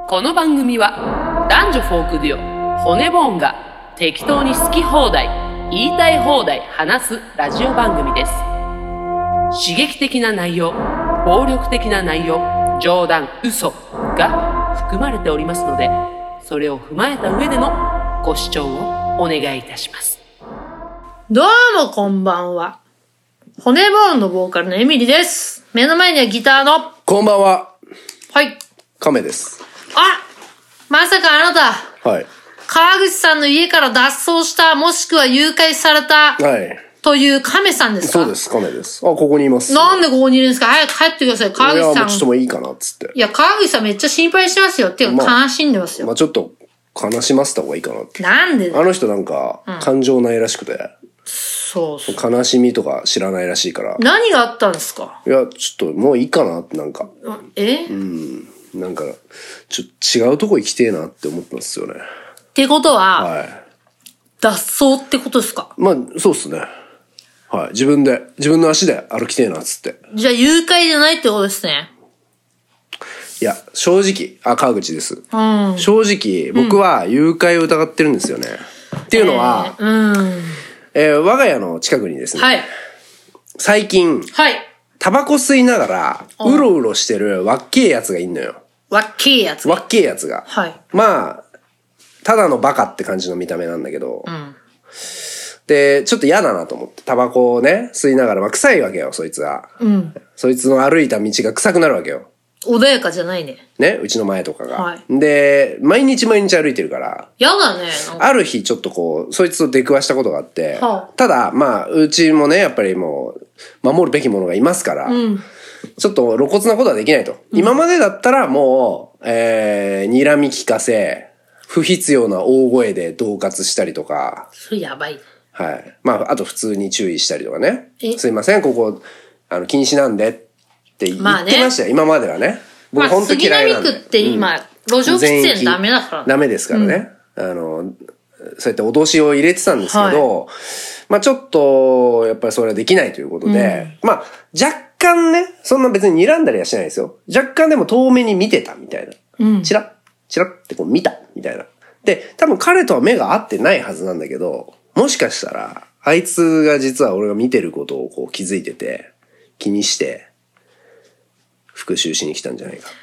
この番組は男女フォークデュオ骨ボーンが適当に好き放題言いたい放題話すラジオ番組です。刺激的な内容、暴力的な内容、冗談、嘘が含まれておりますので、それを踏まえた上でのご視聴をお願いいたします。 どうもこんばんは。骨ボーンのボーカルのエミリです。目の前にはギターのこんばんは。 はい。 亀です。 まさかあなた、 はい。 川口さんの家から脱走した、もしくは誘拐された、 はい。 という亀さんですか？ そうです、亀です。ここにいます。 なんでここにいるんですか？早く帰ってください、川口さん。 いや、もうちょっともういいかな、つって。 いや、川口さんめっちゃ心配してますよ。っていうか、悲しんでますよ。 ちょっと、悲しませた方がいいかなって。 なんで？ あの人なんか、感情ないらしくて。 そう。 悲しみとか知らないらしいから。 何があったんですか？ いや、ちょっともういいかなって、なんか。なんか、違うとこ行きてえなって思ったんですよね。 ってことは、 はい。 脱走ってことですか？ そうっすね。はい。自分の足で歩きてえなっつって。 じゃあ誘拐じゃないってことですね。 いや、正直、川口です。 正直、僕は誘拐を疑ってるんですよね。っていうのは、我が家の近くにですね、 はい。 最近、 はい。 タバコ吸いながら、うろうろしてるわっけえやつがいんのよ。 わっけえやつ。 わっけえやつが。 はい。 ただのバカって感じの見た目なんだけど、で、ちょっと嫌だなと思って、タバコをね、吸いながら、臭いわけよ、そいつは。そいつの歩いた道が臭くなるわけよ。 穏やかじゃないね。 ね、うちの前とかが。 はい。 で、毎日歩いてるから。 やだね。 ある日ちょっとそいつと出くわしたことがあって、ただ、うちもね、やっぱりもう、守るべきものがいますから、ちょっと露骨なことはできないと。今までだったらもう、睨み聞かせ、不必要な大声で恫喝したりとか。 それやばい。 はい。あと普通に注意したりとかね。すいません、ここ、禁止なんでって言ってましたよ、今まではね。僕本当嫌いなんで。 杉並区って今、路上喫煙ダメだから。 ダメですからね。そうやって脅しを入れてたんですけど、ちょっと、やっぱりそれはできないということで、若干ね、そんな別に睨んだりはしてないですよ。若干でも遠目に見てたみたいな。チラッ、チラッって見たみたいな。で、多分彼とは目が合ってないはずなんだけど、もしかしたら、あいつが実は俺が見てることを気づいてて、気にして、復讐しに来たんじゃないかって。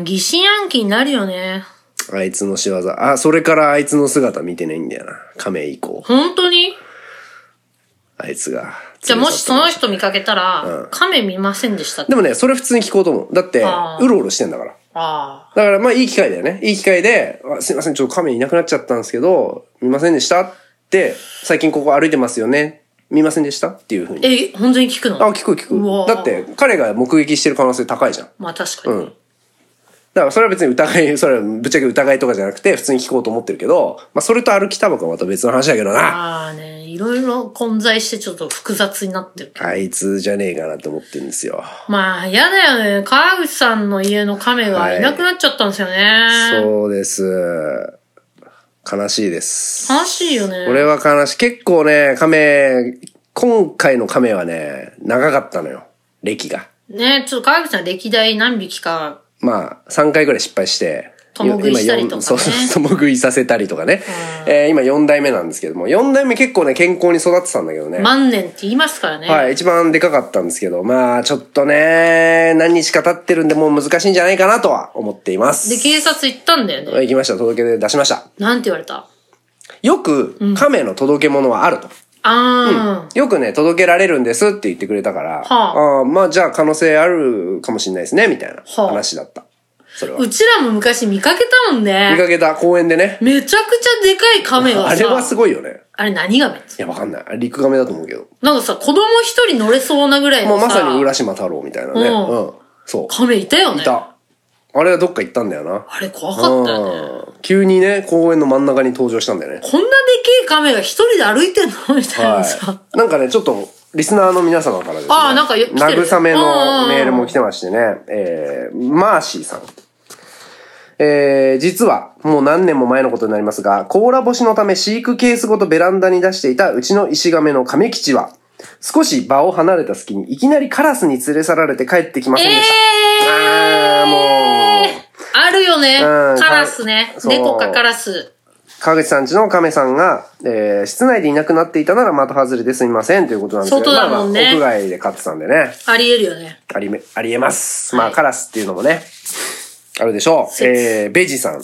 疑心暗鬼になるよね。 あいつの仕業。それからあいつの姿見てないんだよな。亀以降。 本当に？ あいつが。 じゃあもしその人見かけたら、亀見ませんでしたって。 でもね、それ普通に聞こうと思う。だって、うろうろしてんだから。だからいい機会だよね。いい機会で、すいません、ちょっと亀いなくなっちゃったんですけど、見ませんでしたって、最近ここ歩いてますよね。見ませんでしたっていう風に。 本当に聞くの？ 聞く。だって、彼が目撃してる可能性高いじゃん。 確かに。 だからそれは別にそれはぶっちゃけ疑いとかじゃなくて、普通に聞こうと思ってるけど、それと歩きタバコはまた別の話だけどな。 いろいろ混在してちょっと複雑になってる。 あいつじゃねえかなと思ってるんですよ。 嫌だよね。川口さんの家の亀がいなくなっちゃったんですよね。 そうです。悲しいです。 悲しいよね。 これは悲しい。結構ね、今回の亀はね、長かったのよ。歴が。 ね、ちょっと川口さん歴代何匹か。 3回ぐらい失敗して。 共食いしたりとかね。 そう、共食いさせたりとかね。今4代目なんですけども、4代目結構ね、健康に育ってたんだけどね。 万年って言いますからね。 はい、一番でかかったんですけど、ちょっとね、何日か経ってるんで、もう難しいんじゃないかなとは思っています。 で、警察行ったんだよね。 行きました、届け出出しました。 なんて言われた？ よく、亀の届け物はあると。よくね、届けられるんですって言ってくれたから、じゃあ可能性あるかもしれないですね、みたいな話だった。それは。 うちらも昔見かけたもんね。 見かけた、公園でね。 めちゃくちゃでかい亀がさ。 あれはすごいよね。 あれ何亀？いや、わかんない。陸亀だと思うけど。 なんかさ、子供一人乗れそうなぐらいのさ。 まさに浦島太郎みたいなね。そう。 亀いたよね。 いた。あれはどっか行ったんだよな。 あれ怖かったよね。 急にね、公園の真ん中に登場したんだよね。 こんなでけえ亀が一人で歩いてんのみたいなさ。 なんかね、ちょっちょっと、リスナーの皆様からですね。 なんか慰めのメールも来てましてね。マーシーさん。実は、もう何年も前のことになりますが、甲羅干しのため飼育ケースごとベランダに出していたうちの石亀の亀吉は、少し場を離れた隙にいきなりカラスに連れ去られて帰ってきませんでした。もう。 あるよね。 スね。 そう猫かカラス。 川口さんちの亀さんが、室内でいなくなっていたなら的外れですみませんということなんですけど、 外だもんねまあ屋外で飼ってたんでね。 ありえるよね。 ありえます。 はいまあカラスっていうのもね、あるでしょう。ベジさん。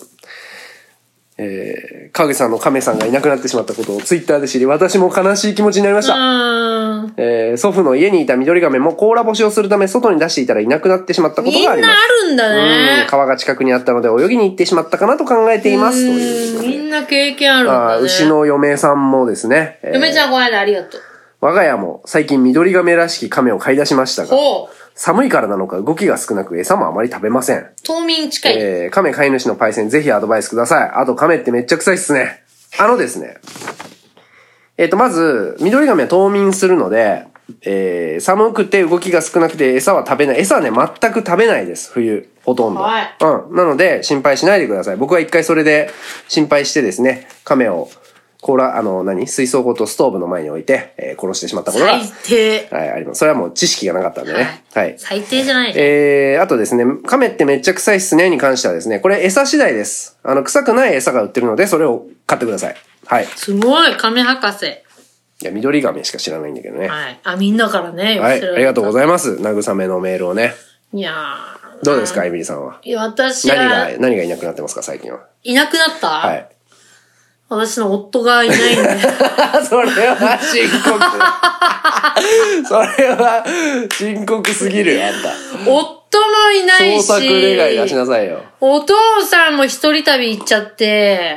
川口さんの亀さんがいなくなってしまったことをツイッターで知り、私も悲しい気持ちになりました。祖父の家にいた緑亀も甲羅干しをするため外に出していたらいなくなってしまったことがあります。 みんなあるんだね。 川が近くにあったので泳ぎに行ってしまったかなと考えています。ということでみんな経験あるんだね。 牛の嫁さんもですね。 嫁ちゃんこの間ありがとう。 我が家も最近緑亀らしき亀を飼い出しましたが、 ほう。 寒いからなのか動きが少なく餌もあまり食べません。 冬眠近い。 亀飼い主のパイセンぜひアドバイスください。あと亀ってめっちゃ臭いっすね。ですね。まず、緑亀は冬眠するので、寒くて動きが少なくて餌は食べない。餌はね、全く食べないです。冬。ほとんど。 はい。 なので、心配しないでください。僕は一回それで心配してですね、亀を、水槽ごとストーブの前に置いて、殺してしまったことが。 最低。 はい、あります。それはもう知識がなかったんでね。はい。 最低じゃないね。 あとですね、亀ってめっちゃ臭いっすねに関してはですね、これ餌次第です。臭くない餌が売ってるので、それを買ってください。はい。 すごい、亀博士。 いや、緑亀しか知らないんだけどね。 はい。あ、みんなからね。 はい。ありがとうごいざいます。慰めのメールをね。 いやー。 どうですか、エミリさんは。 いや、私は。 何がいなくなってますか、最近は。 いなくなった？ はい。 私の夫がいないんで。 それは深刻。それは深刻すぎるよ、あんた。 夫もいないし。 創作願い出しなさいよ。 お父さんも一人旅行っちゃって。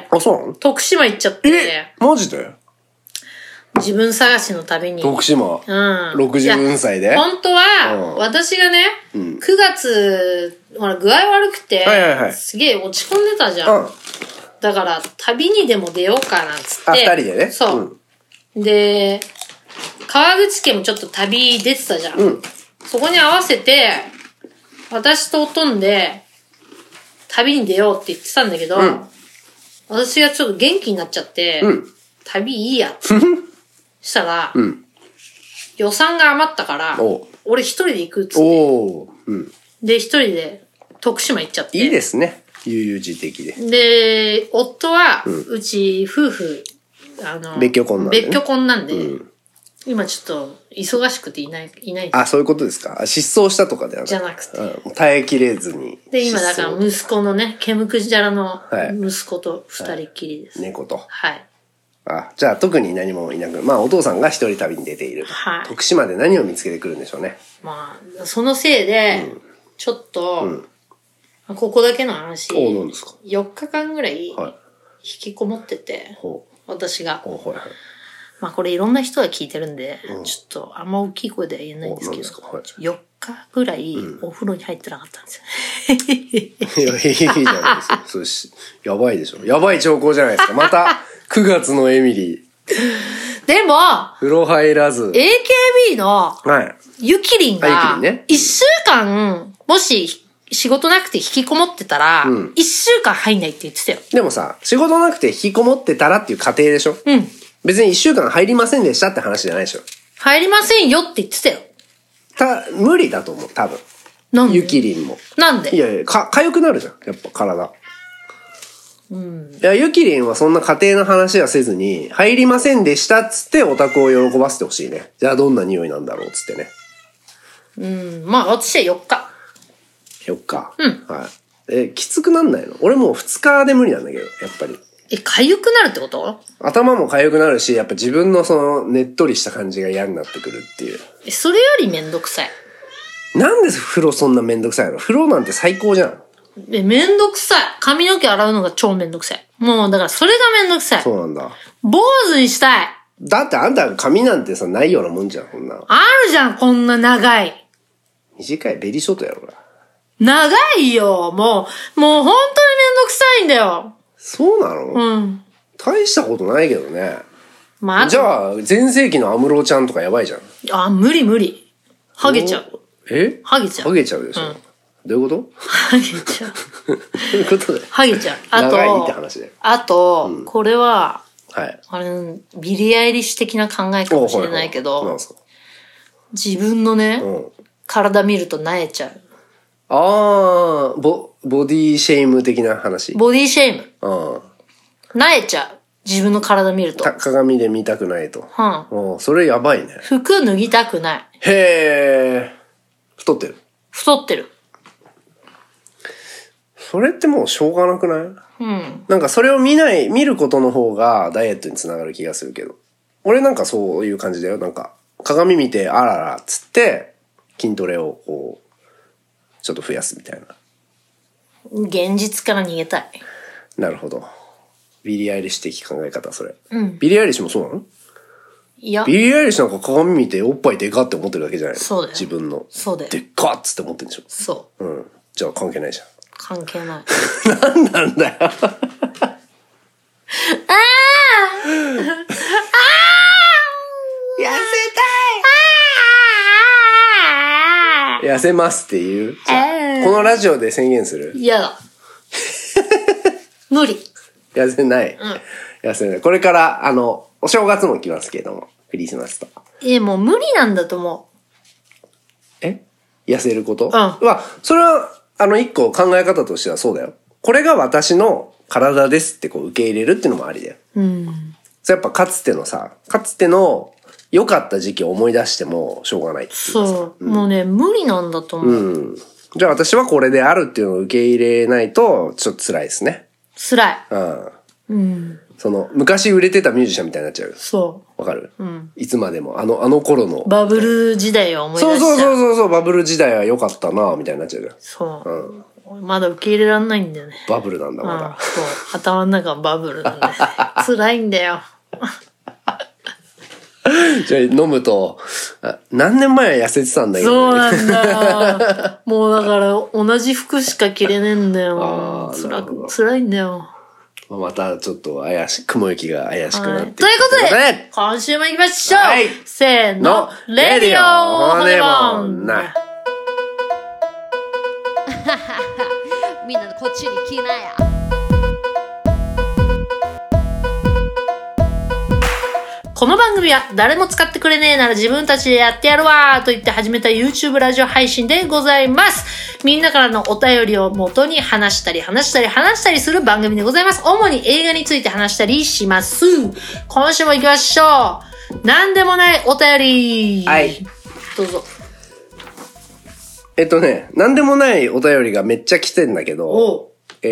あ、そうなの？ 徳島行っちゃって。 マジで？ 自分探しの旅に。 徳島。 うん。 60歳で？ 本当は、私がね、9月、ほら、具合悪くて、すげえ落ち込んでたじゃん。だから、旅にでも出ようかな、つって。 あ、二人でね。 そう。で、川口家もちょっと旅出てたじゃん。そこに合わせて、私とおとんで、旅に出ようって言ってたんだけど、私がちょっと元気になっちゃって、旅いいやって。したら、予算が余ったから、俺一人で行くっつって。で、一人で徳島行っちゃって。 いいですね。悠々自適で。 で、夫は、うち夫婦、 別居婚なんで、ね。 別居婚なんで、今ちょっと忙しくていない。 あ、そういうことですか。失踪したとかではじゃなくて。 耐えきれずに。 で、今だから息子のね、ケムクジャラの息子と二人っきりです。 猫と。 はい。 あ、じゃあ特に何もいなく、まあお父さんが一人旅に出ている。 はい。 徳島で何を見つけてくるんでしょうね。 まあ、そのせいで、ちょっと、ここだけの話。 何ですか ？4日間ぐらい、引きこもってて、私が。まあこれいろんな人が聞いてるんで、ちょっとあんま大きい声では言えないんですけど、4日ぐらいお風呂に入ってなかったんですよ。 いや、いいじゃないですか。やばいでしょ。やばい兆候じゃないですか。また、9月のエミリー。 でも、 風呂入らず。 AKB の、ゆきりんが、1週間、もし、仕事なくて引きこもってたら、1週間入んないって言ってたよ。 でもさ、仕事なくて引きこもってたらっていう過程でしょ？別に1週間入りませんでしたって話じゃないでしょ？入りませんよって言ってたよ。 無理だと思う、多分。 なんで？ ゆきりんも。 なんで？ いやいや、痒くなるじゃん、やっぱ体。いや、ゆきりんはそんな家庭の話はせずに、入りませんでしたっつってオタクを喜ばせてほしいね。じゃあどんな匂いなんだろうっつってね。 まあ私は4日。 4日。はい。きつくなんないの？俺もう2日で無理なんだけど、やっぱり。 痒くなるってこと？ 頭も痒くなるし、やっぱ自分のそのねっとりした感じが嫌になってくるっていう。 それよりめんどくさい。 なんで風呂そんなめんどくさいの？風呂なんて最高じゃん。 めんどくさい。髪の毛洗うのが超めんどくさい。もうだからそれがめんどくさい。 そうなんだ。 坊主にしたい。 だってあんた髪なんてさ、ないようなもんじゃん、こんな。 あるじゃん、こんな長い。 短いベリーショートやろうが。 長いよ、もう本当にめんどくさいんだよ。 そうなの？大したことないけどね。 まあ、 じゃあ、前世紀の安室ちゃんとかやばいじゃん。 あ、無理無理。ハゲちゃう。 ハゲちゃうでしょ。どういうこと？ ハゲちゃう。 どういうことで？ ハゲちゃう。 長いって話で。 あと、これは、ビリー・アイリッシュ的な考えかもしれないけど、自分のね、体見ると萎えちゃう。 ああ、ボボディシェイム的な話。 ボディシェイム。 うん。 萎えちゃう。自分の体見ると。 鏡で見たくないと。 うん。 それやばいね。 服脱ぎたくない。 へー。太ってる。 太ってる。 それってもうしょうがなくない？ うん。 なんかそれを見ることの方がダイエットにつながる気がするけど。俺なんかそういう感じだよ。なんか鏡見てあららっつって筋トレをこうちょっと増やすみたいな。 現実から逃げたい。 なるほど。ビリー・アイリッシュ的考え方それ。 うん。 ビリー・アイリッシュもそうなの？ いや。 ビリー・アイリッシュなんか鏡見ておっぱいでかって思ってるだけじゃないの？ そうだよ。 自分の。 そうだよ。 でっかっつって思ってるんでしょ？ そう。 うん。じゃあ関係ないじゃん。 関係ない。 なんなんだよ。 あー痩せたい。痩せますって言う？じゃあこのラジオで宣言する？ 嫌だ。無理。 痩せない。痩せない。これから、お正月も来ますけれども、クリスマスと。 もう無理なんだと思痩せること？ うん。 それは、一個考え方としてはそうだよ。これが私の体ですってこう受け入れるっていうのもありだよ。 うん。 それやっぱかつての良かった時期を思い出してもしょうがないっていうかさ。 そう。もうね、無理なんだと思う。 うん。じゃあ私はこれであるっていうのを受け入れないと、ちょっと辛いですね。 辛い。 うん。 うん。 昔売れてたミュージシャンみたいになっちゃう。 そわかる？ う。うん。 いつまでも、あの頃の。 バブル時代を思い出しちゃう。 そう、バブル時代は良かったなみたいになっちゃうじゃん。 そう。まだ受け入れらんないんだよね。 バブルなんだ、まだ。 そう。頭の中はバブルなんで。辛いんだよ。 じゃあ飲むと、何年前は痩せてたんだけど、 そうなんだよ。もうだから同じ服しか着れねえんだよ。辛いんだよ。 またちょっと雲行きが怪しくなってきた。 ということで、今週も行きましょう、 はい、 せーの、レディオ骨ボンみんなこっちに来なや。 この番組は誰も使ってくれねえなら自分たちでやってやるわーと言って始めた YouTube ラジオ配信でございます。みんなからのお便りを元に話したりする番組でございます。主に映画について話したりします。今週も行きましょう。なんでもないお便り。 はい。 どうぞ。 なんでもないお便りがめっちゃ来てんだけど、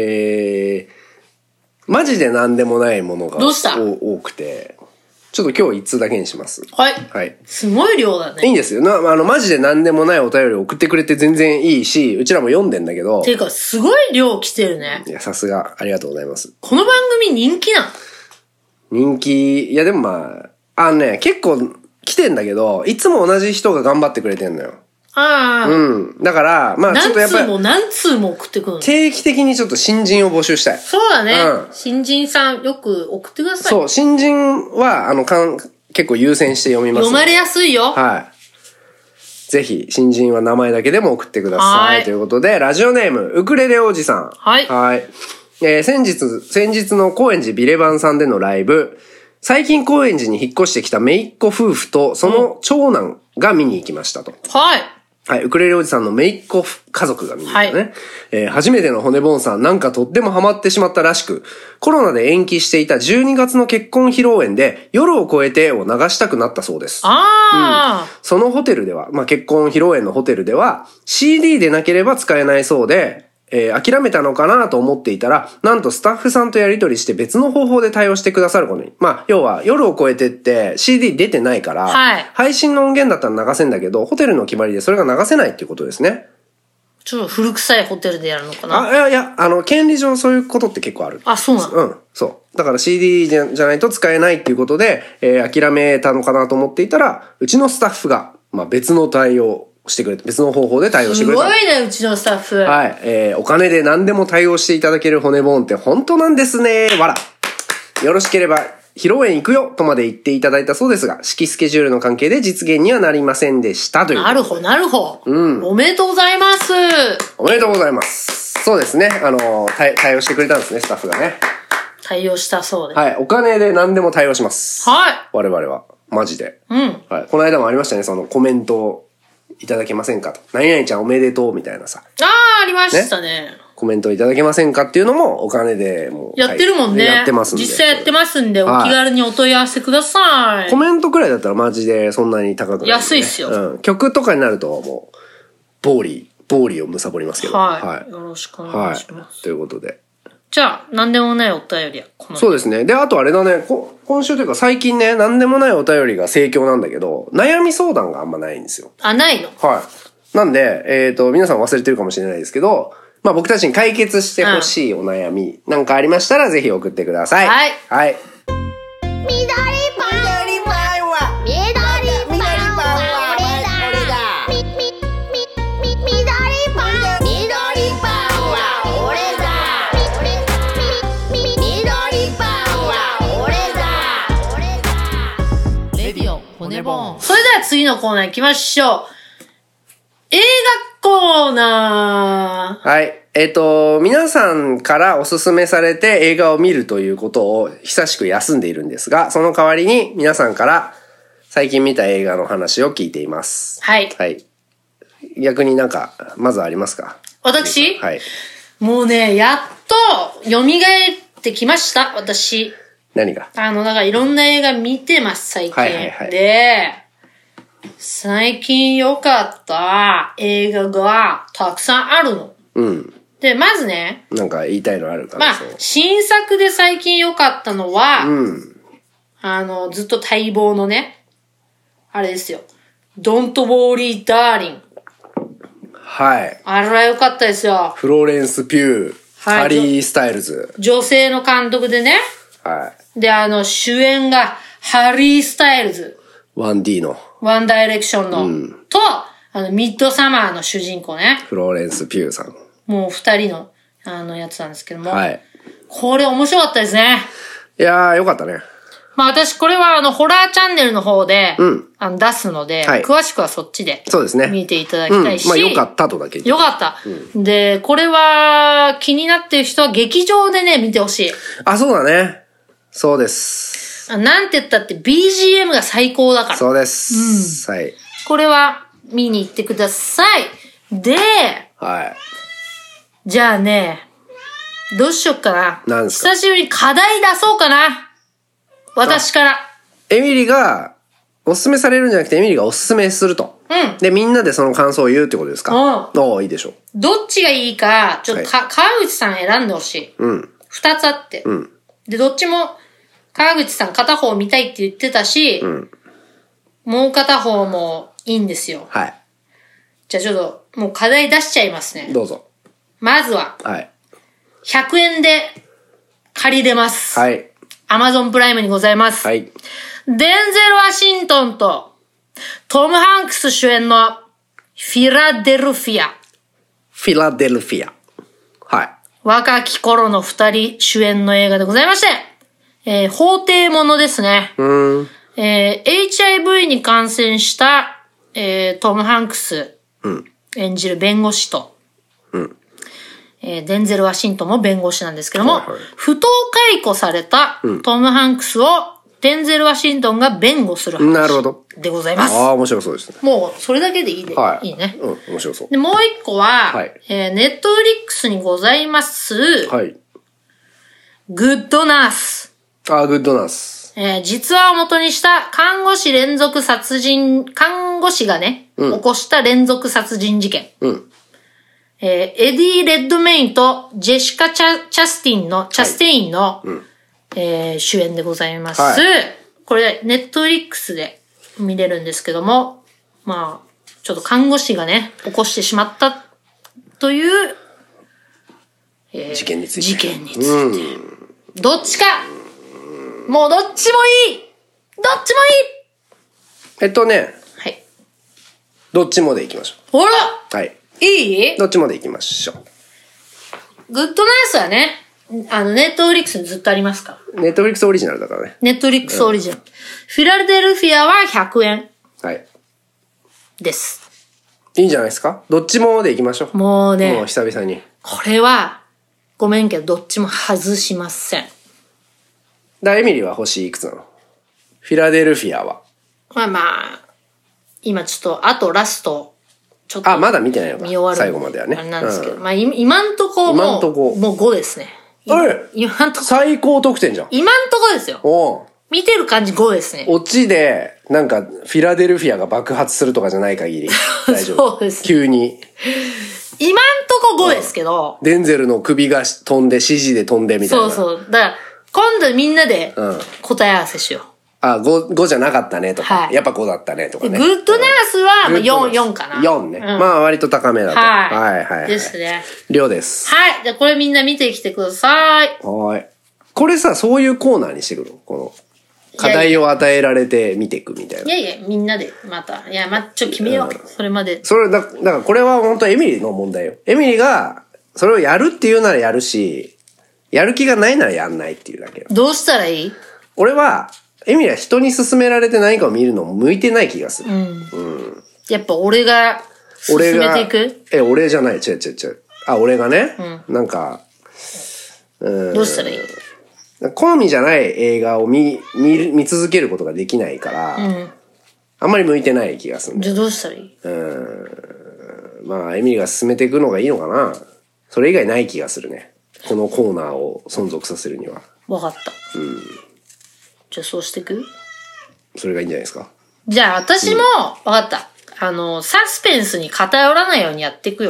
マジでなんでもないものが多くて、ちょっと今日一通だけにします。 はい。 はい。 すごい量だね。 いいんですよ。マジでなんでもないお便りを送ってくれて全然いいし、うちらも読んでんだけど。 ていうか、すごい量来てるね。 いや、さすが、ありがとうございます。 この番組人気なの？ 人気、いやでも結構来てんだけど、いつも同じ人が頑張ってくれてんのよ。 ああ。 うん。だから、ちょっとやっぱり。 何通も送ってくるの？ 定期的にちょっと新人を募集したい。 そうだね。 うん、 新人さんよく送ってください。 そう、新人は、結構優先して読みます。 読まれやすいよ。 はい。ぜひ、新人は名前だけでも送ってください。ということで、ラジオネーム、ウクレレおじさん。 はい。 はい。先日の高円寺ビレバンさんでのライブ、最近高円寺に引っ越してきた姪っ子夫婦と、その長男が見に行きましたと。 はい。 はい、ウクレレおじさんの姪っ子家族が見に行ったね。はい、初めての骨ボンさん、なんかとってもハマってしまったらしく、コロナで延期していた12月の結婚披露宴で、夜を越えてを流したくなったそうです。そのホテルでは、結婚披露宴のホテルでは、CD でなければ使えないそうで、諦めたのかなと思っていたら、なんとスタッフさんとやり取りして別の方法で対応してくださることに。要は夜を越えてって CD 出てないから、 はい、 配信の音源だったら流せんだけど、ホテルの決まりでそれが流せないっていうことですね。 ちょっと古臭いホテルでやるのかな？ いや、権利上そういうことって結構ある。 あ、そうなの？ うん、そう。だから CD じゃないと使えないっていうことで、諦めたのかなと思っていたら、うちのスタッフが、別の対応してくれて、別の方法で対応してくれた。 すごいね、うちのスタッフ。 はい。お金で何でも対応していただける骨ボーンって本当なんですね。わら。よろしければ、披露宴行くよとまで言っていただいたそうですが、式スケジュールの関係で実現にはなりませんでしたという。 なるほど、なるほど。 うん。 おめでとうございます。 おめでとうございます。そうですね。対応してくれたんですね、スタッフがね。 対応したそうです。 はい。お金で何でも対応します。 はい。 我々は。マジで。 うん。 はい。この間もありましたね、そのコメントいただけませんかと。何々ちゃんおめでとうみたいなさ。 ありましたね。 コメントいただけませんかっていうのもお金でもうやってるもんね。 やってますんで。 実際やってますんで、お気軽にお問い合わせください。 コメントくらいだったらマジでそんなに高くない、ね。 安いっすよ。 うん。曲とかになるともう、ボーリーを貪りますけど。 はい。よろしくお願いします。 ということで。 じゃあ、なんでもないお便りはそうですね。で、あとあれだね、今週というか最近ね、なんでもないお便りが盛況なんだけど、悩み相談があんまないんですよ。 あ、ないの？ はい。なんで、皆さん忘れてるかもしれないですけど、まあ僕たちに解決してほしいお悩みなんかありましたらぜひ送ってください。 はい。 はい。 それでは次のコーナー行きましょう。映画コーナー。 はい。皆さんからおすすめされて映画を見るということを久しく休んでいるんですが、その代わりに皆さんから最近見た映画の話を聞いています。 はい。 はい。逆になんか、まずありますか？ 私？ はい。 もうね、やっと蘇ってきました、私。 何が？ だからいろんな映画見てます、最近。 はいはいはい。 で、最近良かった映画がたくさんあるの。 うん。 で、まずね。 なんか言いたいのあるかな？ まあ、新作で最近良かったのは、 うん。 ずっと待望のね、あれですよ。Don't Worry Darling。 はい。 あれは良かったですよ。 フローレンス・ピュー、 はい、 ハリー・スタイルズ。 女性の監督でね。 はい。 で、主演がハリー・スタイルズ。 1D の。 ワンダイレクションの。と、ミッドサマーの主人公ね。 フローレンス・ピューさん。 もう二人の、やつなんですけども。 はい。 これ面白かったですね。 いやー、よかったね。 まあ私、これはホラーチャンネルの方で、出すので、 はい、 詳しくはそっちで。 そうですね。 見ていただきたいし。 まあよかったとだけ。 よかった。で、これは、気になってる人は劇場でね、見てほしい。 あ、そうだね。そうです。 なんて言ったって BGM が最高だから。 そうです。はい。 これは見に行ってください。で、 はい。 じゃあね、どうしよっかな。 何ですか？ 久しぶりに課題出そうかな。私から。 エミリが、おすすめされるんじゃなくてエミリがおすすめすると。 うん。 で、みんなでその感想を言うってことですか？おー、いいでしょう。 どっちがいいか、ちょっと川口さん選んでほしい。 うん。 二つあって。 うん。 で、どっちも、川口さん片方見たいって言ってたし、もう片方もいいんですよ。 はい。 じゃあちょっと、もう課題出しちゃいますね。 どうぞ。 まずは、 はい。 100円で借りれます。 はい。 Amazon プライムにございます。 はい。 デンゼル・ワシントンとトム・ハンクス主演のフィラデルフィア。 フィラデルフィア。はい。 若き頃の二人主演の映画でございまして、法廷ものですね。HIV に感染した、トム・ハンクス、演じる弁護士と、デンゼル・ワシントンも弁護士なんですけども、不当解雇されたトム・ハンクスをデンゼル・ワシントンが弁護する話でございます。 ああ、面白そうですね。 もう、それだけでいいね。 はい。 いいね。 面白そう。 で、もう一個は、ネットフリックスにございます、 はい。 グッドナース。 ああ、グッドナース。 実話を元にした看護師がね、起こした連続殺人事件。エディ・レッドメインとジェシカ・チャステインの、主演でございます。これ、ネットフリックスで見れるんですけども、まあ、ちょっと看護師がね、起こしてしまったという、 事件について。 事件について。どっちかもうどっちもいいどっちもいいはい。 どっちもでいきましょほらう。はい。 いいどっちもでいきましょう。 グッドナースはね、ネットフリックスにずっとありますから。 ネットフリックスオリジナルだからね。 ネットフリックスオリジナル。フィラデルフィアは100円。 はい。 です。 いいんじゃないですか？どっちもでいきましょう。 もうね。 もう久々に。 これは、ごめんけど、どっちも外しません。 エミリーは星いくつなの？フィラデルフィアは？ まあ、今ちょっと、あとラストちょっと。 まだ見てないのか。 見終わる。 最後まではね。 あれなんですけど。まあ、今んとこもう5ですね。 今んとこ。最高得点じゃん。 今んとこですよ。見てる感じ5ですね。 オチで、なんか、フィラデルフィアが爆発するとかじゃない限り。大丈夫。 そうです。 急に。 今んとこ5ですけど。 デンゼルの首が飛んで、指示で飛んでみたいな。 そう。だから、今度みんなで答え合わせしよう。 5じゃなかったねとか。やっぱ5だったねとかね。 グッドナースは4かな。 4ね。まあ割と高めだと。はい。 ですね。 量です。 はい。じゃあこれみんな見てきてください。 はい。これさ、そういうコーナーにしてくるのこの。課題を与えられて見ていくみたいな。 いや、みんなで、また。決めよう。それまで。 だからこれは本当エミリーの問題よ。エミリーが、それをやるって言うならやるし、やる気がないならやんないっていうだけよ。 どうしたらいい？ 俺は、エミリーは人に勧められて何かを見るの向いてない気がする。 やっぱ俺が、勧めていく？ 俺じゃない。違う。俺がね、なんか、 どうしたらいい？ 好みじゃない映画を見続けることができないから、あんまり向いてない気がする。 じゃあどうしたらいい？ まあ、エミリーが進めていくのがいいのかな。それ以外ない気がするね。このコーナーを存続させるには。 わかった。じゃあそうしていく？ それがいいんじゃないですか。 じゃあ私も、わかった。サスペンスに偏らないようにやっていくよ。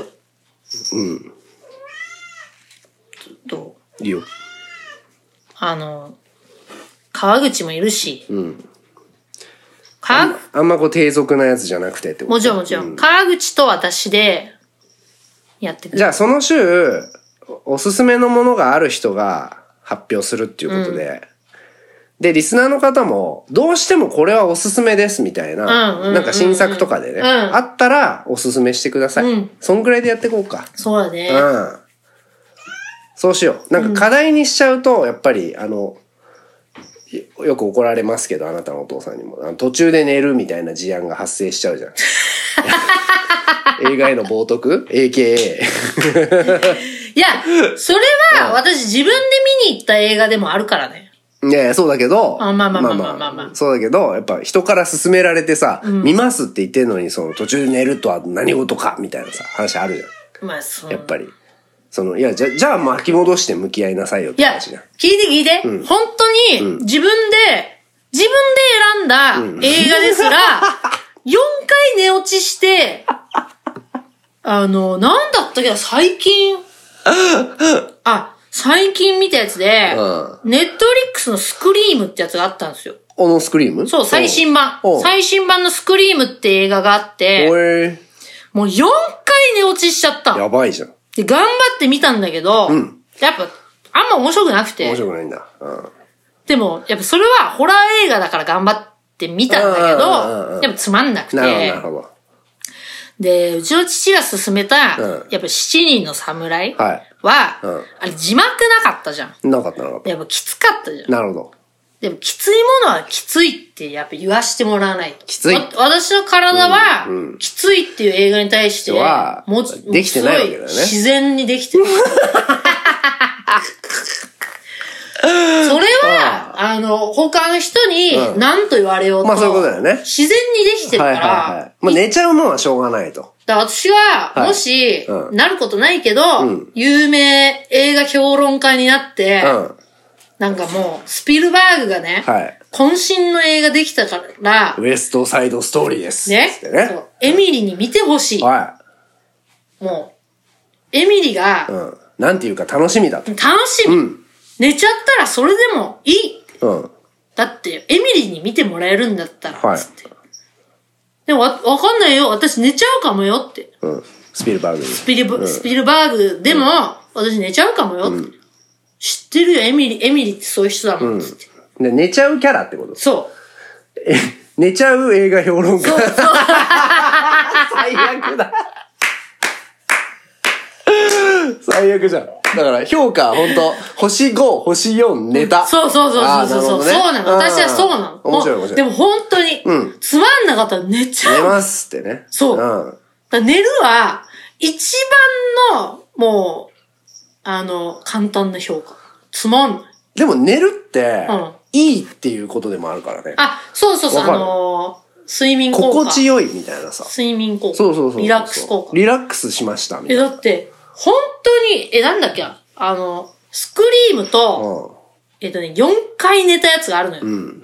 どう？いいよ。 川口もいるし。 あんま低俗なやつじゃなくてってこと？ もちろん。川口と私で、やっていく。 じゃあその週、おすすめのものがある人が発表するっていうことで、で、リスナーの方も、どうしてもこれはおすすめですみたいな、なんか新作とかでね、あったらおすすめしてください。そんぐらいでやっていこうか。 そうだね。 そうしよう。なんか課題にしちゃうと、やっぱり、よく怒られますけど、あなたのお父さんにも。途中で寝るみたいな事案が発生しちゃうじゃん。映画への冒涜 ?AKA。 いや、それは私自分で見に行った映画でもあるからね。 いや、そうだけど。 まあ。 そうだけど、やっぱ人から勧められてさ、見ますって言ってんのに、途中で寝るとは何事かみたいなさ、話あるじゃん。 まあ、そう。 やっぱり。じゃあ巻き戻して向き合いなさいよって話じゃん。 聞いて。本当に、自分で選んだ映画ですら、4回寝落ちして、なんだったっけな、最近見たやつで、ネットフリックスのスクリームってやつがあったんですよ。 スクリーム？ そう、最新版。最新版のスクリームって映画があって、もう4回寝落ちしちゃった。 やばいじゃん。 で、頑張って見たんだけど、やっぱ、あんま面白くなくて。 面白くないんだ。 でも、やっぱそれはホラー映画だから頑張って見たんだけど、やっぱつまんなくて。 なるほど。 で、うちの父が勧めた、やっぱ七人の侍は、あれ字幕なかったじゃん。 なかった。 やっぱきつかったじゃん。 なるほど。 でもきついものはきついってやっぱ言わしてもらわないと。 きつい。 私の体は、きついっていう映画に対して、 できてないわけだよね。 自然にできてる。それは、他の人に何と言われようと。 まあそういうことだよね。 自然にできてるから。 まあ寝ちゃうもんはしょうがないと。 私は、もし、なることないけど、有名映画評論家になって、なんかもう、スピルバーグがね、渾身の映画できたから、 ウエストサイドストーリーです。 ね。そう。エミリに見てほしい。もう、エミリが、 なんていうか楽しみだと。 楽しみ。寝ちゃったらそれでもいい。だって、エミリに見てもらえるんだったら、つって。でもわかんないよ。私寝ちゃうかもよって。 スピルバーグに。 スピルバーグでも、私寝ちゃうかもよって。知ってるよ、エミリってそういう人だもん、つって。 で寝ちゃうキャラってこと？ そう。 寝ちゃう映画評論家。そう。最悪だ。最悪じゃん。だから評価ほんと、星5、星4、ネタ。 そう。そうなの。私はそうなの。 面白い。 でも本当に、つまんなかったら寝ちゃう。 寝ますってね。 そう。寝るは、一番の、もう、簡単な評価。つまんない。 でも寝るって、いいっていうことでもあるからね。 そう。 睡眠効果。 心地よいみたいなさ。 睡眠効果。 そう。 リラックス効果。 リラックスしましたみたいな。 だって、本当に、なんだっけ、スクリームと、4回寝たやつがあるのよ。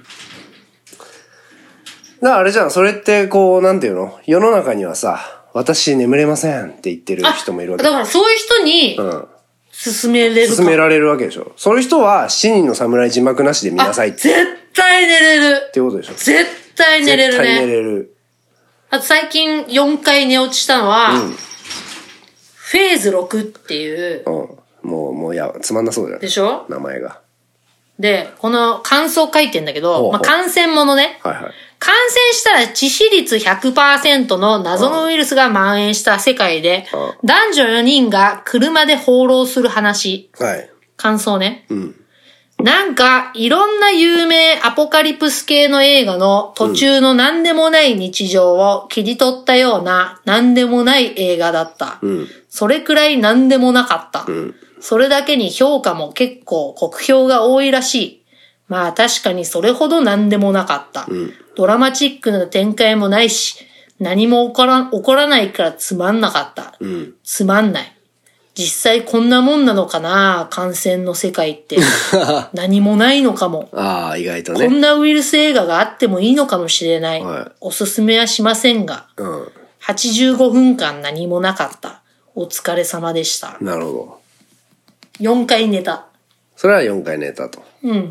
だからあれじゃん、それってこう、なんていうの？世の中にはさ、私眠れませんって言ってる人もいるわけ。 だからそういう人に、勧めれるか。 勧められるわけでしょ。そういう人は、7人の侍字幕なしで見なさいって。 絶対寝れる。 っていうことでしょ。 絶対寝れるね。 絶対寝れる。 あと最近4回寝落ちしたのは、フェーズ6っていう。 もうつまんなそうじゃん。 でしょ？ 名前が。 で、この感想書いてんだけど、まあ、感染ものね。 はいはい。 感染したら致死率 100% の謎のウイルスが蔓延した世界で、男女4人が車で放浪する話。 はい。 感想ね。なんか、いろんな有名アポカリプス系の映画の途中の何でもない日常を切り取ったような何でもない映画だった。それくらい何でもなかった。それだけに評価も結構酷評が多いらしい。まあ確かにそれほど何でもなかった。ドラマチックな展開もないし、何も起こらないからつまんなかった。つまんない。実際こんなもんなのかな、感染の世界って。何もないのかも。 意外とね。 こんなウイルス映画があってもいいのかもしれない。おすすめはしませんが。85分間何もなかった。お疲れ様でした。 なるほど。 4回寝た。 それは4回寝たと。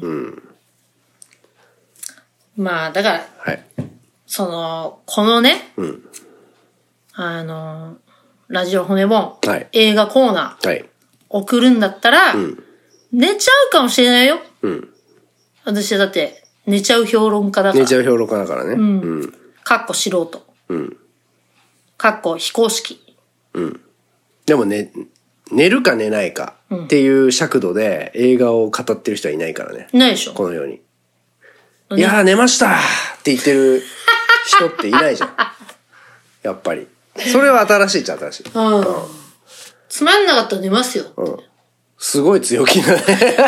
まあ、だから、このね、ラジオ骨本、映画コーナー、送るんだったら、寝ちゃうかもしれないよ。私はだって、寝ちゃう評論家だから。 寝ちゃう評論家だからね。 かっこ素人。かっこ非公式。 でもね、寝るか寝ないかっていう尺度で映画を語ってる人はいないからね。 いないでしょ。 このように。いやー寝ましたって言ってる人っていないじゃん。やっぱり。それは新しいっちゃ新しい。 つまんなかったら寝ますよ。 すごい強気だね。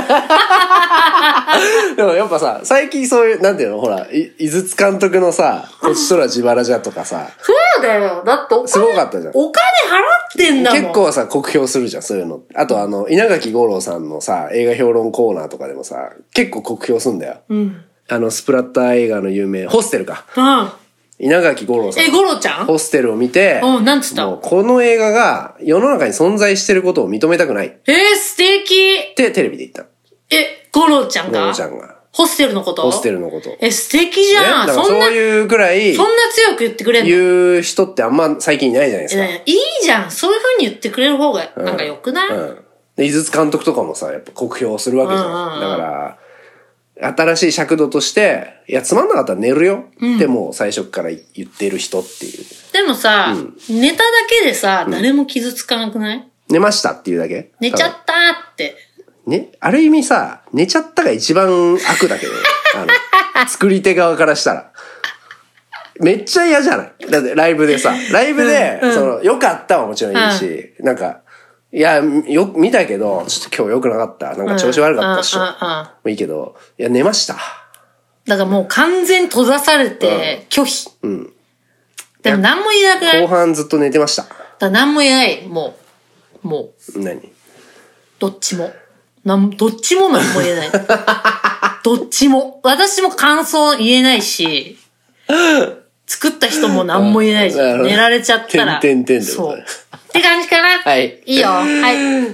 でもやっぱさ、最近そういう、なんていうのほら、井筒監督のさ、こっちとら自腹じゃとかさ。 そうだよ。だってすごかったじゃん。 お金払ってんだもん。 結構さ、酷評するじゃん、そういうの。あと稲垣吾郎さんのさ、映画評論コーナーとかでもさ、結構酷評すんだよ。スプラッター映画の有名、ホステルか。稲垣吾郎さん。 吾郎ちゃん？ ホステルを見て、 なんつった？ もうこの映画が世の中に存在してることを認めたくない。 素敵ってテレビで言った。 吾郎ちゃんが？ 吾郎ちゃんが。 ホステルのこと？ ホステルのこと。 素敵じゃん。 だからそういうくらい。 そんな強く言ってくれんの？ 言う人ってあんま最近いないじゃないですか。 いいじゃん。そういう風に言ってくれる方が、なんか良くない？ で、井筒監督とかもさ、やっぱ酷評するわけじゃん。だから、新しい尺度として、いや、つまんなかったら寝るよってもう最初から言ってる人っていう。 でもさ、寝ただけでさ、誰も傷つかなくない？ 寝ましたっていうだけ？ 寝ちゃったって。 ね、ある意味さ、寝ちゃったが一番悪だけどね。作り手側からしたら。めっちゃ嫌じゃない？だってライブでさ、良かったはもちろんいいし、なんか、いや、見たけど、ちょっと今日良くなかった。なんか調子悪かったっしょ。もういいけど、いや、寝ました。 だからもう完全閉ざされて、拒否。でも何も言えなくない？ 後半ずっと寝てました。だから何も言えない。もう。 何？ どっちも。どっちも何も言えない。どっちも。私も感想言えないし、作った人も何も言えないし、寝られちゃったら。そう。って感じかな。 はい。 いいよ。はい。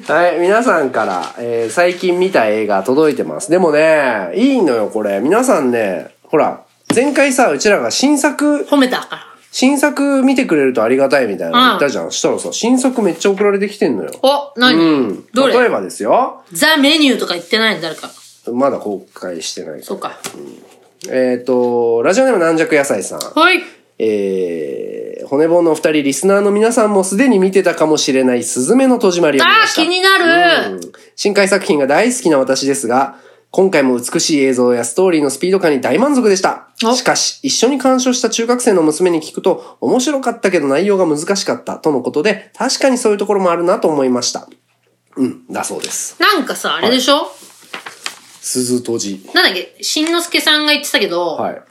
はい。皆さんから、最近見た映画届いてます。でもね、いいのよ、これ。皆さんね、ほら、前回さ、うちらが新作。 褒めたから。 新作見てくれるとありがたいみたいなの言ったじゃん。したらさ、新作めっちゃ送られてきてんのよ。 何？どれ？ 例えばですよ。 ザ・メニューとか言ってないの誰か。 まだ公開してない。 そうか。 ラジオネーム軟弱野菜さん。 はい。 骨盆のお二人、リスナーの皆さんもすでに見てたかもしれないすずめの戸締まりを見ました。 気になる。 新海作品が大好きな私ですが、今回も美しい映像やストーリーのスピード感に大満足でした。しかし、一緒に鑑賞した中学生の娘に聞くと、面白かったけど内容が難しかったとのことで、確かにそういうところもあるなと思いました。だそうです。 なんかさ、あれでしょ？ 鈴戸寺。 なんだっけ、しんのすけさんが言ってたけど、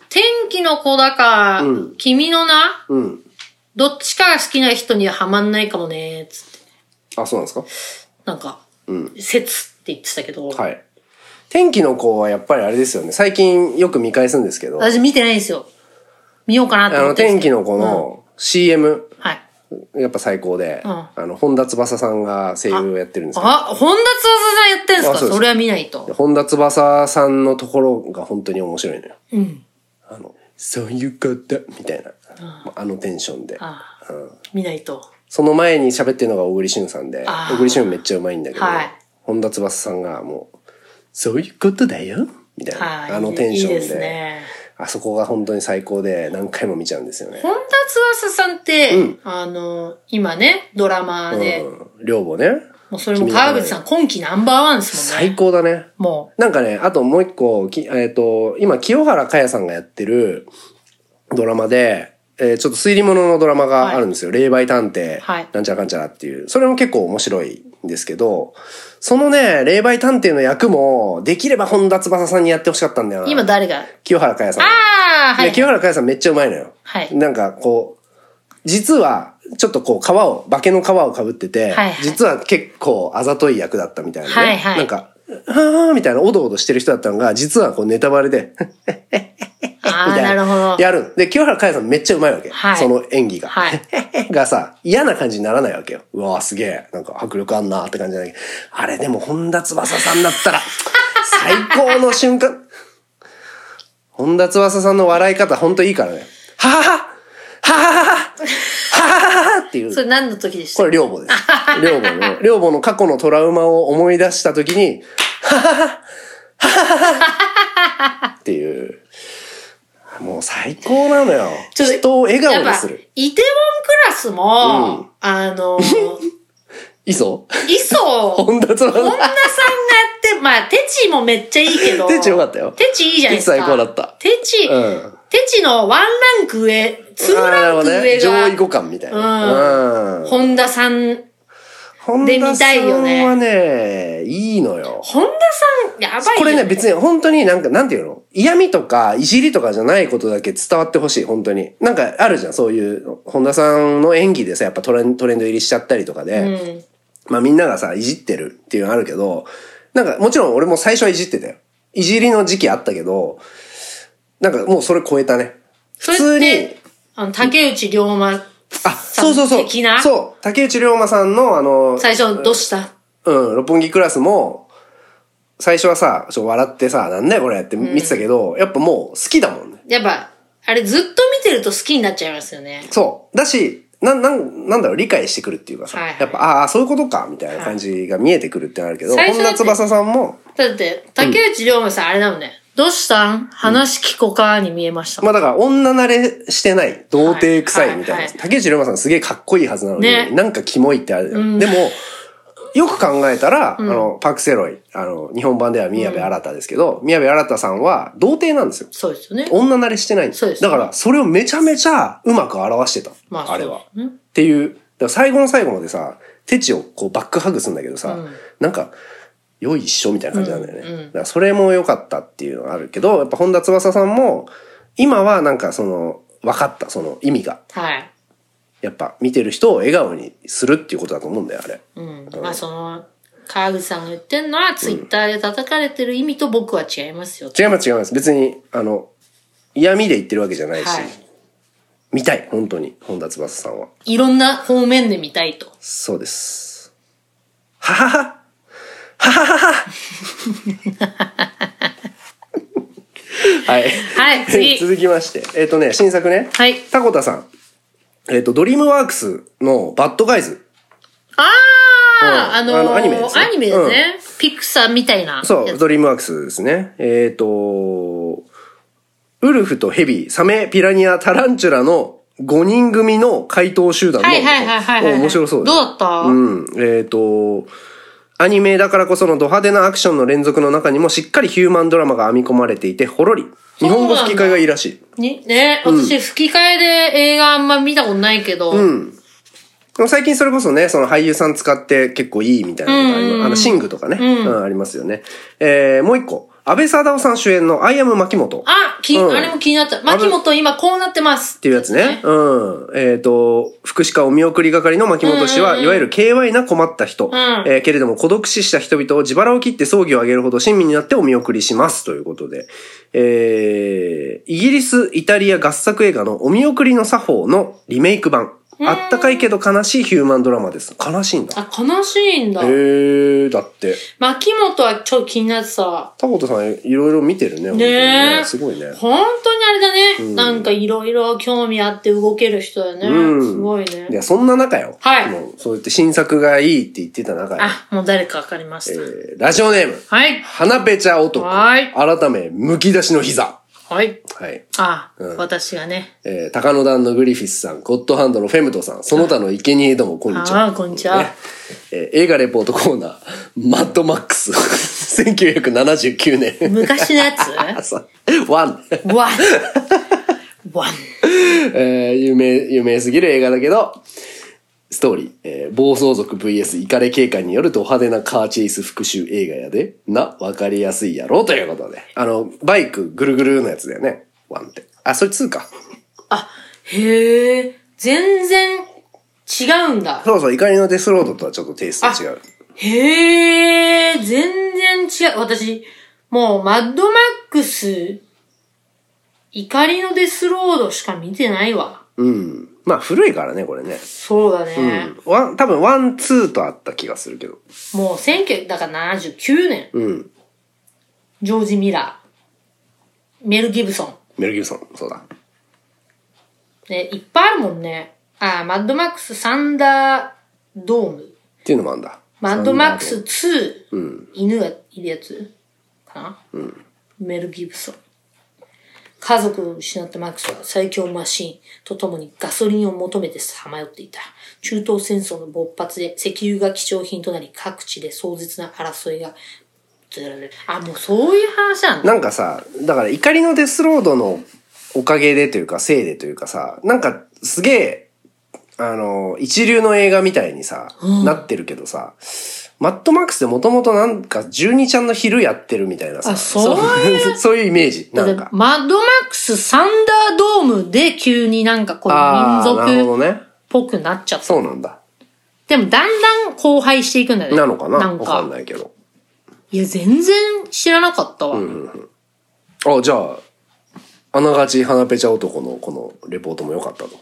天気の子だか、君の名、どっちかが好きな人にはハマんないかもね、つって。 あ、そうなんですか？ なんか、説って言ってたけど。 はい。天気の子はやっぱりあれですよね。最近よく見返すんですけど。 私見てないんですよ。見ようかなと思って天気の子の CM。 はい。 やっぱ最高で、本田翼さんが声優をやってるんですけど。 本田翼さんやってんすか？それは見ないと。 本田翼さんのところが本当に面白いのよ。そういうこと、みたいな。テンションで。 見ないと。 その前に喋ってるのが小栗旬さんで、小栗旬めっちゃうまいんだけど、本田翼さんがもう、そういうことだよみたいな。テンションで。いいですね。あそこが本当に最高で何回も見ちゃうんですよね。 本田翼さんって、今ね、ドラマで。 寮母ね。 もうそれも川口さん今季ナンバーワンですもんね。 最高だね。 もう。なんかね、あともう一個、今清原果耶さんがやってるドラマで、ちょっと推理物のドラマがあるんですよ。霊媒探偵、なんちゃらかんちゃらっていう。それも結構面白いんですけど、そのね、霊媒探偵の役も、できれば本田翼さんにやってほしかったんだよな。 今誰が？ 清原果耶さん。 はい。 清原果耶さんめっちゃうまいのよ。 はい。 なんかこう、実は、ちょっとこう化けの皮を被ってて、実は結構あざとい役だったみたいなね。なんか、はぁーみたいなおどおどしてる人だったのが、実はこうネタバレで、みたいな。 なるほど。 やる。で、清原果耶さんめっちゃうまいわけ。その演技が。がさ、嫌な感じにならないわけよ。うわぁ、すげえ。なんか迫力あんなって感じじゃないけど。あれでも本田翼さんだったら、最高の瞬間。本田翼さんの笑い方ほんといいからね。はははははははっていう。 それ何の時でした？ これ寮母です。寮母の過去のトラウマを思い出した時に、ははははっていう。もう最高なのよ。人を笑顔にする。 イテウォンクラスも、 磯本田さんがやって、まあ、テチもめっちゃいいけど。 テチよかったよ。 テチいいじゃないですか。 テチ最高だった。 テチのワンランク上、2ランク上が。 上位互換みたいな。 本田さんで見たいよね。 本田さんはね、いいのよ。 本田さん、やばいよね。 これね、別に本当になんていうの？嫌味とか、いじりとかじゃないことだけ伝わってほしい、本当に。なんかあるじゃん、そういう、本田さんの演技でさ、やっぱトレンド入りしちゃったりとかで、まあみんながさ、いじってるっていうのあるけど、なんかもちろん俺も最初はいじってたよ。いじりの時期あったけど、なんかもうそれ超えたね。普通に。 竹内涼真。 そう。そう。竹内涼真さんの最初どうした？ 六本木クラスも、最初はさ、笑ってさ、なんだよこれって見てたけど、やっぱもう好きだもんね。 やっぱ、あれずっと見てると好きになっちゃいますよね。 そう。だし、なんだろう、理解してくるっていうかさ、やっぱ、そういうことか、みたいな感じが見えてくるってなるけど、本田翼さんも。 だって、竹内涼真さんあれだもんね。どうしたん？話聞こかに見えました。 まあだから女慣れしてない。童貞臭いみたいな。竹内涼真さんすげえかっこいいはずなのに、なんかキモいってあるじゃん。でも、よく考えたら、パクセロイ、日本版では宮部新ですけど、宮部新さんは童貞なんですよ。 そうですよね。 女慣れしてないんですよ。だから、それをめちゃめちゃうまく表してた。あれは。っていう、だから最後の最後までさ、テチをこうバックハグするんだけどさ、なんか、良い一緒みたいな感じなんだよね。だからそれも良かったっていうのがあるけど、やっぱ本田翼さんも、今はなんか分かった、その意味が。 はい。 やっぱ見てる人を笑顔にするっていうことだと思うんだよ、あれ。 まあ川口さんが言ってんのは、ツイッターで叩かれてる意味と僕は違いますよ。 違います。別に、嫌味で言ってるわけじゃないし。見たい、本当に、本田翼さんは。 いろんな方面で見たいと。 そうです。ははははははははい。 はい、次。 続きまして。新作ね。 はい。 タコタさん。ドリームワークスのバッドガイズ。 アニメですね。アニメですね。ピクサーみたいな。 そう、ドリームワークスですね。ウルフとヘビ、サメ、ピラニア、タランチュラの5人組の怪盗集団の。面白そうです。 どうだった？ アニメだからこそのド派手なアクションの連続の中にもしっかりヒューマンドラマが編み込まれていて、ほろり。日本語吹き替えがいいらしい。 私吹き替えで映画あんま見たことないけど。 でも最近それこそね、その俳優さん使って結構いいみたいなのがシングとかね、ありますよね。もう一個。 安倍貞夫さん主演のアイアム牧本。 あれも気になった。牧本今こうなってます。 っていうやつね。福祉課お見送り係の牧本氏は、いわゆる KY な困った人。けれども孤独死した人々を自腹を切って葬儀をあげるほど親身になってお見送りします。ということで。イギリス、イタリア合作映画のお見送りの作法のリメイク版。あったかいけど悲しいヒューマンドラマです。悲しいんだ。 あ、悲しいんだ。 だって。 牧本はちょっと気になってた。 タコトさんいろいろ見てるね。 ねえ。 すごいね。 本当にあれだね。なんかいろいろ興味あって動ける人だね。すごいね。 いや、そんな中よ。 はい。 もうそうやって新作がいいって言ってた中よ。 あ、もう誰かわかりました。 ラジオネーム。 はい。 花ペチャ男。はい。改め、むき出しの膝。 はい。 はい。 私がね。 高野団のグリフィスさん、ゴッドハンドのフェムトさん、その他の生贄ども、こんにちは。 こんにちは。 映画レポートコーナー、マッドマックス。1979年。 昔のやつワン。有名すぎる映画だけど、ストーリー、暴走族 VS イカレ警官によるド派手なカーチェイス復讐映画やで、わかりやすいやろということで。バイクぐるぐるのやつだよね。ワンって。あ、それ2か。 あ、へえ、全然違うんだ。 そうそう、怒りのデスロードとはちょっとテイスト違う。 へえ、全然違う。私、もうマッドマックス、怒りのデスロードしか見てないわ。 まあ古いからね、これね。 そうだね。 多分ワン、ツーとあった気がするけど。 もう1979年。ジョージ・ミラー。メル・ギブソン、 そうだ。 ね、いっぱいあるもんね。マッドマックス・サンダードーム。 っていうのもあるんだ。 マッドマックス2。犬がいるやつかな。メル・ギブソン。家族を失ったマックスは最強マシンと共にガソリンを求めてさまよっていた。中東戦争の勃発で石油が貴重品となり各地で壮絶な争いが。もうそういう話なんだ。 なんかさ、だから怒りのデスロードのおかげでというかせいでというかさ、なんかすげえ、一流の映画みたいにさ、なってるけどさ、マッドマックスでもともとなんか12ちゃんの昼やってるみたいなさ。そういうイメージ。なんか。 マッドマックスサンダードームで急になんかこう民族っぽくなっちゃった。 そうなんだ。 でもだんだん荒廃していくんだよね。 なのかなわかんないけど。 いや、全然知らなかったわ。 じゃあ、あながち花ペチャ男のこのレポートも良かったと。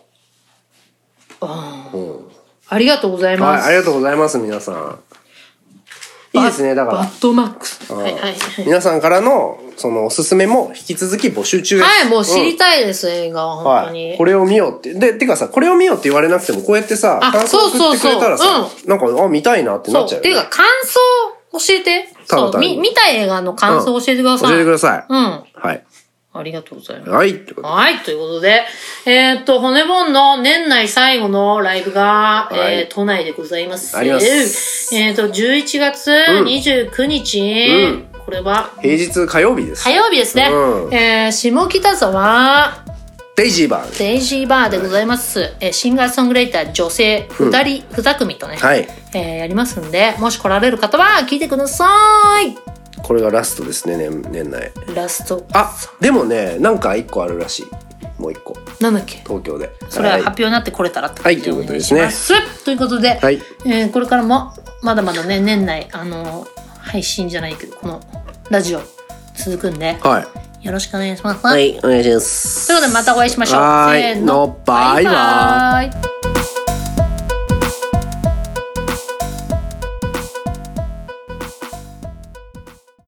ありがとうございます。 はい、ありがとうございます、皆さん。いいですね、だから。 バッドマックス。 皆さんからの、おすすめも引き続き募集中です。 はい、もう知りたいです、映画は、本当に。 これを見ようって。てかさ、これを見ようって言われなくても、こうやってさ、感想を送ってくれたらさ、なんか、見たいなってなっちゃうよね。 てか、感想教えて。見た映画の感想教えてください。 教えてください。はい。 ありがとうございます。 はい。 はい、ということで、骨盆の年内最後のライブが、都内でございます。 あります。 11月29日、これは平日火曜日です。 火曜日ですね。下北沢、 デイジーバー。 デイジーバーでございます。シンガーソングライター女性2組とね、やりますんで、もし来られる方は聞いてください。 これがラストですね、年内。 ラスト。 でもね、なんか1個あるらしい。もう1個。 なんだっけ？ 東京で。 それは発表になってこれたらってはい、ということですね。 ということで、これからも、まだまだね、年内、配信じゃないけど、このラジオ続くんで、よろしくお願いします。 はい、お願いします。 ということで、またお会いしましょう。 せーの、バイバイ。